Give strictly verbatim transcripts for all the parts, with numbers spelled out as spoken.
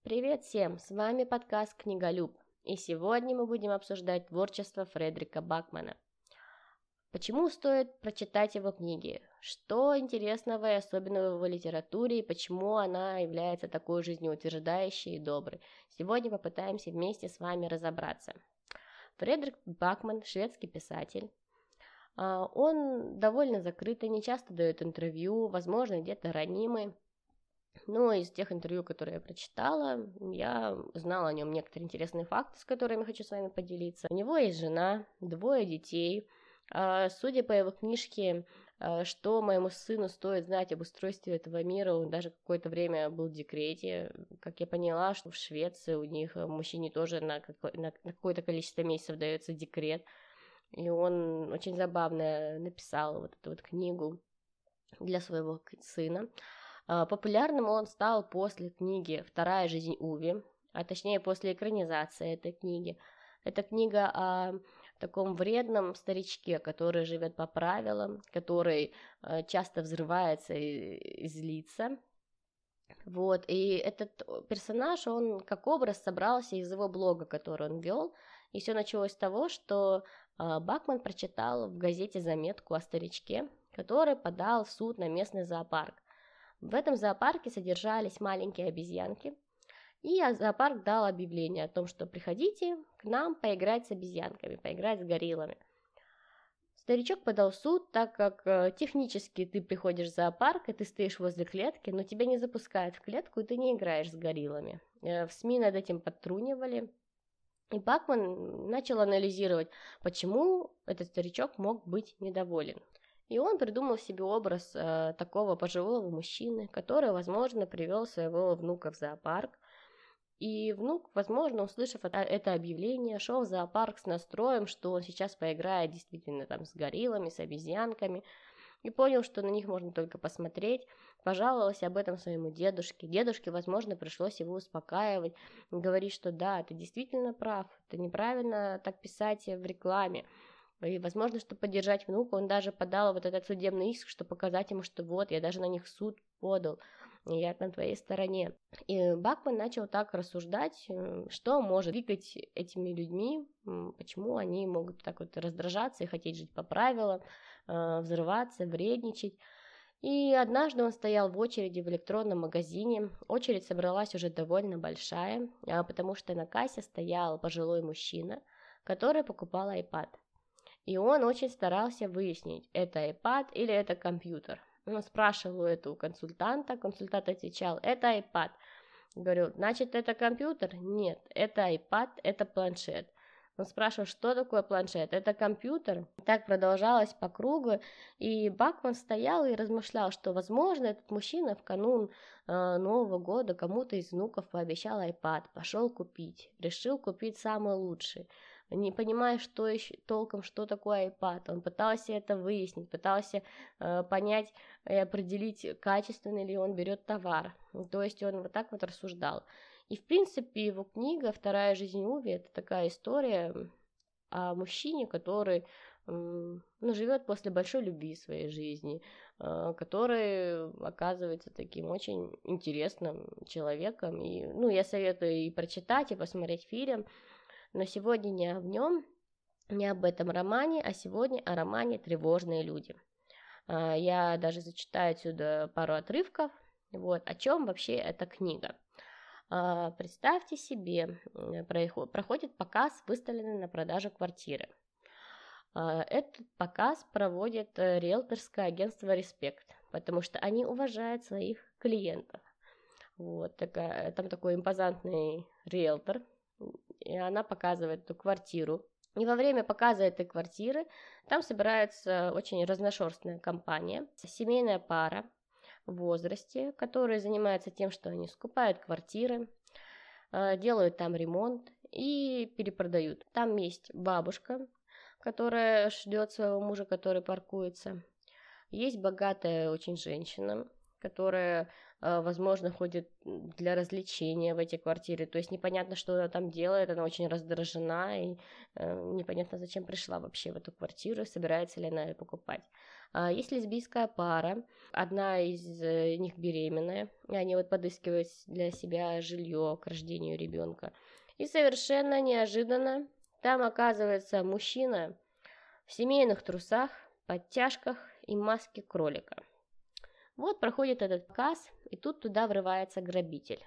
Привет всем, с вами подкаст «Книголюб», и сегодня мы будем обсуждать творчество Фредерика Бакмана. Почему стоит прочитать его книги? Что интересного и особенного в его литературе, и почему она является такой жизнеутверждающей и доброй? Сегодня попытаемся вместе с вами разобраться. Фредерик Бакман – шведский писатель. Он довольно закрытый, не часто дает интервью, возможно, где-то ранимый. Но из тех интервью, которые я прочитала, я знала о нем некоторые интересные факты, с которыми хочу с вами поделиться. У него есть жена, двое детей. Судя по его книжке «Что моему сыну стоит знать об устройстве этого мира», он даже какое-то время был в декрете. Как я поняла, что в Швеции у них мужчине тоже на, какое- на какое-то количество месяцев дается декрет. И он очень забавно написал вот эту вот книгу для своего сына. Популярным он стал после книги «Вторая жизнь Уви», а точнее после экранизации этой книги. Это книга о таком вредном старичке, который живет по правилам, который часто взрывается и, и злится. Вот, и этот персонаж, он как образ собрался из его блога, который он вел, и все началось с того, что Бакман прочитал в газете заметку о старичке, который подал в суд на местный зоопарк. В этом зоопарке содержались маленькие обезьянки, и зоопарк дал объявление о том, что приходите к нам поиграть с обезьянками, поиграть с гориллами. Старичок подал в суд, так как технически ты приходишь в зоопарк, и ты стоишь возле клетки, но тебя не запускают в клетку, и ты не играешь с гориллами. В СМИ над этим подтрунивали, и Бакман начал анализировать, почему этот старичок мог быть недоволен. И он придумал себе образ э, такого пожилого мужчины, который, возможно, привел своего внука в зоопарк. И внук, возможно, услышав это, это объявление, шел в зоопарк с настроем, что он сейчас поиграет действительно там с гориллами, с обезьянками, и понял, что на них можно только посмотреть, пожаловался об этом своему дедушке. Дедушке, возможно, пришлось его успокаивать, говорить, что да, ты действительно прав, ты неправильно так писать в рекламе. И, возможно, чтобы поддержать внука, он даже подал вот этот судебный иск, чтобы показать ему, что вот, я даже на них в суд подал, и я на твоей стороне. И Бакман начал так рассуждать, что может двигать этими людьми, почему они могут так вот раздражаться и хотеть жить по правилам, взрываться, вредничать. И однажды он стоял в очереди в электронном магазине. Очередь собралась уже довольно большая, потому что на кассе стоял пожилой мужчина, который покупал iPad. И он очень старался выяснить, это iPad или это компьютер. Он спрашивал у этого консультанта, консультант отвечал, это iPad. Говорю, значит, это компьютер? Нет, это iPad, это планшет. Он спрашивал, что такое планшет? Это компьютер? Так продолжалось по кругу, и Бакман стоял и размышлял, что, возможно, этот мужчина в канун э, Нового года кому-то из внуков пообещал iPad, пошел купить, решил купить самый лучший. Не понимая, что еще толком, что такое iPad, он пытался это выяснить, пытался э, понять и определить, качественный ли он берет товар. То есть он вот так вот рассуждал. И, в принципе, его книга «Вторая жизнь Уви» — это такая история о мужчине, который ну, живет после большой любви в своей жизни, который оказывается таким очень интересным человеком. И, ну, я советую и прочитать, и посмотреть фильм, но сегодня не о нем, не об этом романе, а сегодня о романе «Тревожные люди». Я даже зачитаю отсюда пару отрывков, вот, о чем вообще эта книга. Представьте себе, проходит показ, выставленный на продажу квартиры. Этот показ проводит риэлторское агентство «Респект», потому что они уважают своих клиентов. Вот, такая, там такой импозантный риэлтор, и она показывает эту квартиру. И во время показа этой квартиры там собирается очень разношерстная компания, семейная пара в возрасте, которые занимаются тем, что они скупают квартиры, делают там ремонт и перепродают. Там есть бабушка, которая ждет своего мужа, который паркуется. Есть богатая очень женщина, которая, возможно, ходит для развлечения в эти квартиры, то есть непонятно, что она там делает, она очень раздражена, и непонятно, зачем пришла вообще в эту квартиру, собирается ли она ее покупать. Есть лесбийская пара, одна из них беременная, и они вот подыскивают для себя жилье к рождению ребенка. И совершенно неожиданно там оказывается мужчина в семейных трусах, подтяжках и маске кролика. Вот проходит этот показ, и тут туда врывается грабитель.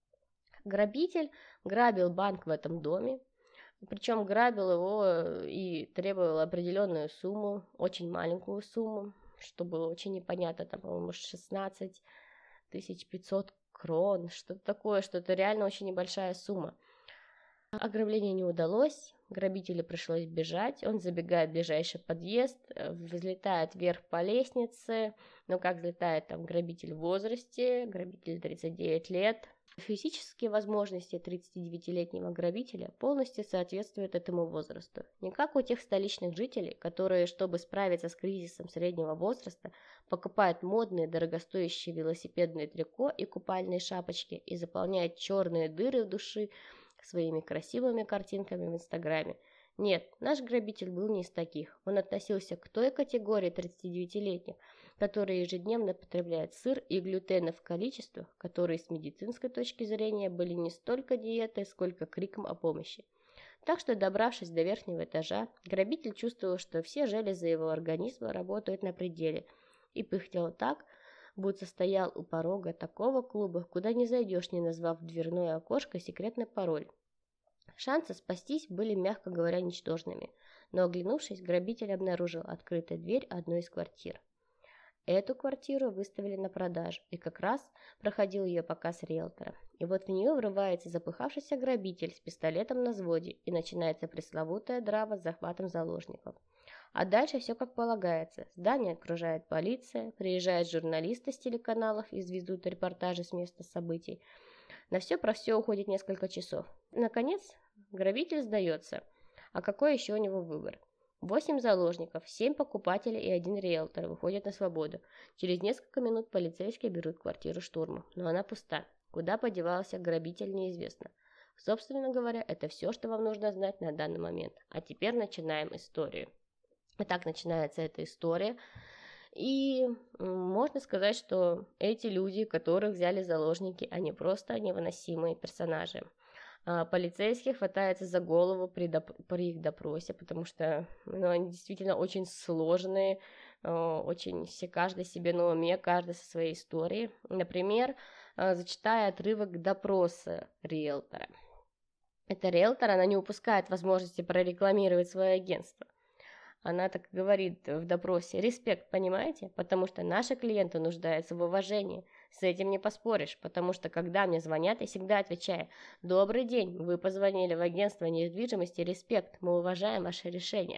Грабитель грабил банк в этом доме, причем грабил его и требовал определенную сумму, очень маленькую сумму, что было очень непонятно, там, по-моему, шестнадцать тысяч пятьсот крон, что-то такое, что-то реально очень небольшая сумма. Ограбление не удалось, грабителю пришлось бежать, он забегает в ближайший подъезд, взлетает вверх по лестнице, но как взлетает там грабитель в возрасте, грабитель тридцать девять лет. Физические возможности тридцатидевятилетнего грабителя полностью соответствуют этому возрасту. Не как у тех столичных жителей, которые, чтобы справиться с кризисом среднего возраста, покупают модные дорогостоящие велосипедные трико и купальные шапочки и заполняют черные дыры в душе своими красивыми картинками в Инстаграме. Нет, наш грабитель был не из таких. Он относился к той категории тридцатидевятилетних, которые ежедневно потребляют сыр и глютен в количествах, которые с медицинской точки зрения были не столько диетой, сколько криком о помощи. Так что, добравшись до верхнего этажа, грабитель чувствовал, что все железы его организма работают на пределе, и пыхтел так, будто стоял у порога такого клуба, куда не зайдешь, не назвав в дверное окошко секретный пароль. Шансы спастись были, мягко говоря, ничтожными, но, оглянувшись, грабитель обнаружил открытую дверь одной из квартир. Эту квартиру выставили на продажу, и как раз проходил ее показ риэлтора. И вот в нее врывается запыхавшийся грабитель с пистолетом на взводе, и начинается пресловутая драма с захватом заложников. А дальше все как полагается. Здание окружает полиция, приезжают журналисты с телеканалов и везут репортажи с места событий. На все про все уходит несколько часов. Наконец, грабитель сдается. А какой еще у него выбор? Восемь заложников, семь покупателей и один риэлтор выходят на свободу. Через несколько минут полицейские берут квартиру штурмом, но она пуста. Куда подевался грабитель, неизвестно. Собственно говоря, это все, что вам нужно знать на данный момент. А теперь начинаем историю. Итак, начинается эта история. И можно сказать, что эти люди, которых взяли заложники, они просто невыносимые персонажи. Полицейские хватаются за голову при, доп- при их допросе, потому что ну, они действительно очень сложные, очень все каждый себе на уме, каждый со своей историей. Например, зачитая отрывок допроса риэлтора. Это риэлтор, она не упускает возможности прорекламировать свое агентство. Она так говорит в допросе: респект, понимаете? Потому что наши клиенты нуждаются в уважении. С этим не поспоришь, потому что когда мне звонят, я всегда отвечаю: добрый день, вы позвонили в агентство недвижимости, респект, мы уважаем ваше решение.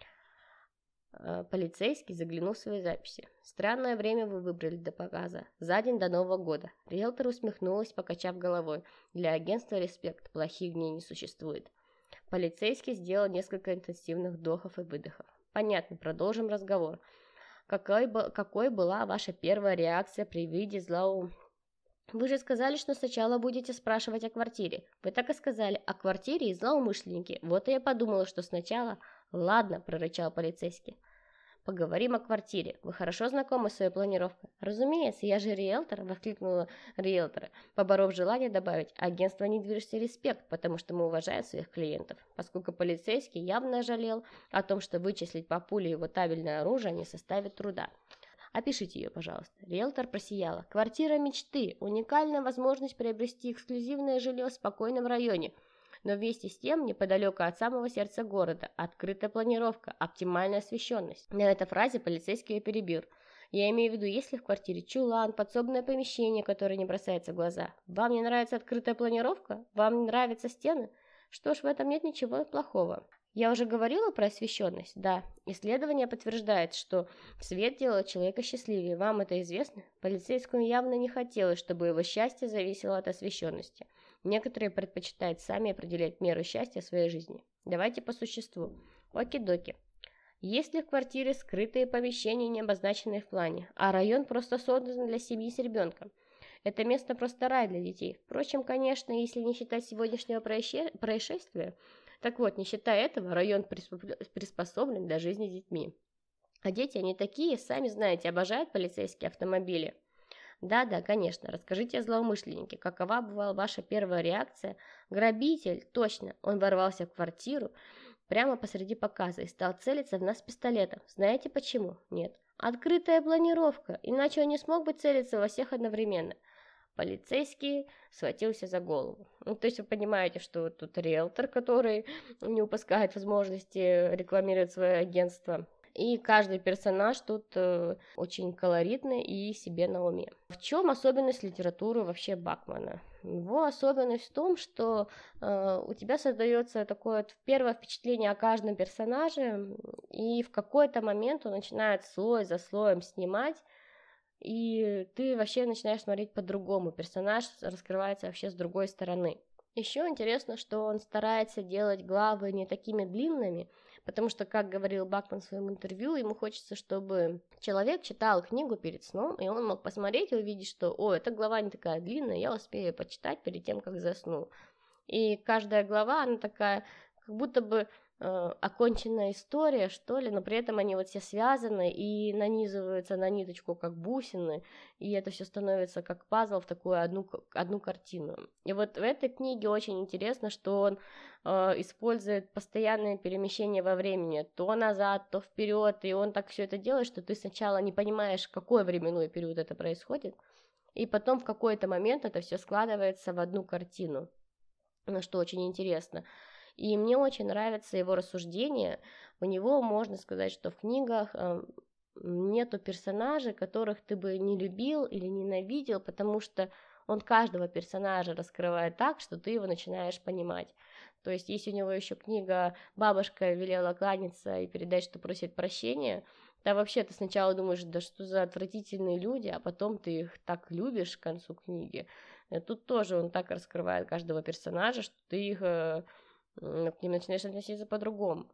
Полицейский заглянул в свои записи. Странное время вы выбрали для показа. За день до Нового года. Риэлтор усмехнулась, покачав головой. Для агентства респект, плохих дней не существует. Полицейский сделал несколько интенсивных вдохов и выдохов. Понятно, продолжим разговор. Какой, какой была ваша первая реакция при виде злоу... Вы же сказали, что сначала будете спрашивать о квартире. Вы так и сказали, о квартире и злоумышленнике. Вот и я подумала, что сначала... Ладно, прорычал полицейский. Поговорим о квартире. Вы хорошо знакомы с своей планировкой? Разумеется, я же риэлтор, воскликнула риэлтора, поборов желание добавить: агентство недвижимости респект, потому что мы уважаем своих клиентов. Поскольку полицейский явно жалел о том, что вычислить по пуле его табельное оружие не составит труда. Опишите ее, пожалуйста. Риэлтор просияла. Квартира мечты. Уникальная возможность приобрести эксклюзивное жилье в спокойном районе. Но вместе с тем, неподалеку от самого сердца города, открытая планировка, оптимальная освещенность. На этой фразе полицейский ее перебил. Я имею в виду, если в квартире чулан, подсобное помещение, которое не бросается в глаза. Вам не нравится открытая планировка? Вам не нравятся стены? Что ж, в этом нет ничего плохого. Я уже говорила про освещенность? Да. Исследование подтверждает, что свет делает человека счастливее. Вам это известно? Полицейскому явно не хотелось, чтобы его счастье зависело от освещенности. Некоторые предпочитают сами определять меру счастья в своей жизни. Давайте по существу. Оки-доки. Есть ли в квартире скрытые помещения, не обозначенные в плане, а район просто создан для семьи с ребенком? Это место просто рай для детей. Впрочем, конечно, если не считать сегодняшнего происше- происшествия, так вот, не считая этого, район приспо- приспособлен для жизни с детьми. А дети, они такие, сами знаете, обожают полицейские автомобили. Да-да, конечно, расскажите о злоумышленнике, какова бывала ваша первая реакция? Грабитель, точно, он ворвался в квартиру прямо посреди показа и стал целиться в нас пистолетом. Знаете почему? Нет. Открытая планировка, иначе он не смог бы целиться во всех одновременно. Полицейский схватился за голову. Ну, то есть вы понимаете, что вот тут риэлтор, который не упускает возможности рекламировать свое агентство. И каждый персонаж тут э, очень колоритный и себе на уме. В чем особенность литературы вообще Бакмана? Его особенность в том, что э, у тебя создается такое вот первое впечатление о каждом персонаже, и в какой-то момент он начинает слой за слоем снимать, и ты вообще начинаешь смотреть по-другому. Персонаж раскрывается вообще с другой стороны. Еще интересно, что он старается делать главы не такими длинными, потому что, как говорил Бакман в своем интервью, ему хочется, чтобы человек читал книгу перед сном, и он мог посмотреть и увидеть, что, о, эта глава не такая длинная, я успею почитать перед тем, как засну. И каждая глава, она такая, как будто бы э, оконченная история, что ли, но при этом они вот все связаны и нанизываются на ниточку, как бусины, и это все становится как пазл в такую одну, одну картину. И вот в этой книге очень интересно, что он э, использует постоянное перемещение во времени, то назад, то вперед, и он так все это делает, что ты сначала не понимаешь, какой временной период это происходит, и потом в какой-то момент это все складывается в одну картину, что очень интересно. И мне очень нравятся его рассуждения. У него можно сказать, что в книгах э, нету персонажей, которых ты бы не любил или ненавидел, потому что он каждого персонажа раскрывает так, что ты его начинаешь понимать. То есть есть у него еще книга «Бабушка велела кланяться и передать, что просит прощения». Да вообще ты сначала думаешь, да что за отвратительные люди, а потом ты их так любишь к концу книги. Тут тоже он так раскрывает каждого персонажа, что ты их, э, к ним начинаешь относиться по-другому.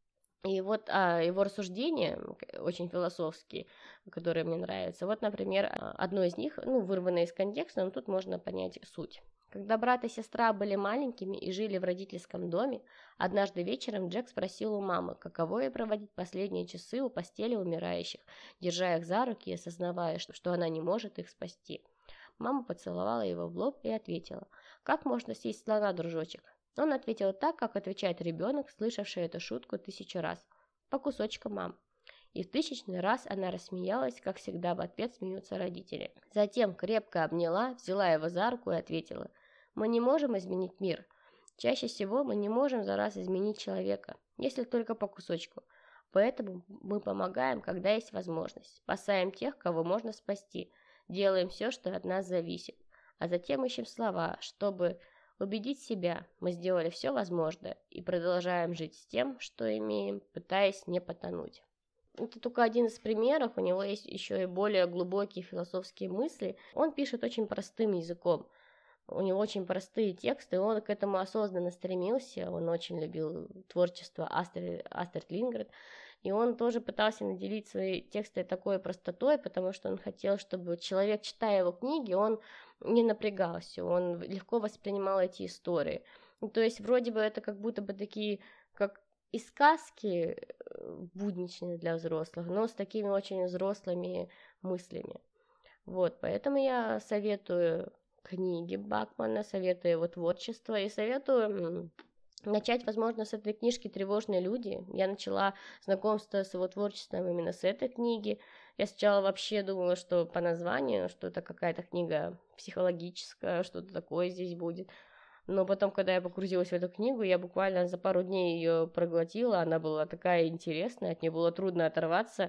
И вот а, его рассуждения очень философские, которые мне нравятся. Вот, например, одно из них, ну, вырванное из контекста, но тут можно понять суть. Когда брат и сестра были маленькими и жили в родительском доме, однажды вечером Джек спросил у мамы, каково ей проводить последние часы у постели умирающих, держа их за руки и осознавая, что, что она не может их спасти. Мама поцеловала его в лоб и ответила: «Как можно съесть слона, дружочек?» Он ответил так, как отвечает ребенок, слышавший эту шутку тысячу раз: «По кусочкам, мам». И в тысячный раз она рассмеялась, как всегда в ответ смеются родители. Затем крепко обняла, взяла его за руку и ответила: «Мы не можем изменить мир. Чаще всего мы не можем за раз изменить человека, если только по кусочку. Поэтому мы помогаем, когда есть возможность, спасаем тех, кого можно спасти, делаем все, что от нас зависит, а затем ищем слова, чтобы убедить себя, мы сделали все возможное и продолжаем жить с тем, что имеем, пытаясь не потонуть». Это только один из примеров, у него есть еще и более глубокие философские мысли. Он пишет очень простым языком, у него очень простые тексты, он к этому осознанно стремился, он очень любил творчество Астрид, Астрид Лингрен, и он тоже пытался наделить свои тексты такой простотой, потому что он хотел, чтобы человек, читая его книги, он не напрягался, он легко воспринимал эти истории. То есть вроде бы это как будто бы такие, как и сказки будничные для взрослых, но с такими очень взрослыми мыслями. Вот, поэтому я советую книги Бакмана, советую его творчество и советую начать, возможно, с этой книжки «Тревожные люди». Я начала знакомство с его творчеством именно с этой книги. Я сначала вообще думала, что по названию, что это какая-то книга психологическая, что-то такое здесь будет. Но потом, когда я погрузилась в эту книгу, я буквально за пару дней ее проглотила. Она была такая интересная, от нее было трудно оторваться.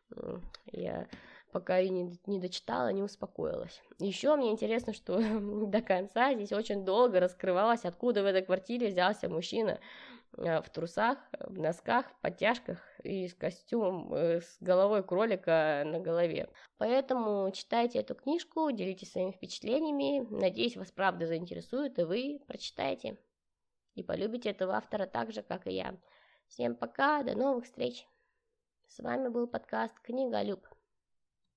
Я пока ее не, не дочитала, не успокоилась. Еще мне интересно, что до конца здесь очень долго раскрывалось, откуда в этой квартире взялся мужчина в трусах, в носках, в подтяжках и с костюмом, с головой кролика на голове. Поэтому читайте эту книжку, делитесь своими впечатлениями. Надеюсь, вас правда заинтересует, и вы прочитаете и полюбите этого автора так же, как и я. Всем пока, до новых встреч! С вами был подкаст «Книголюб».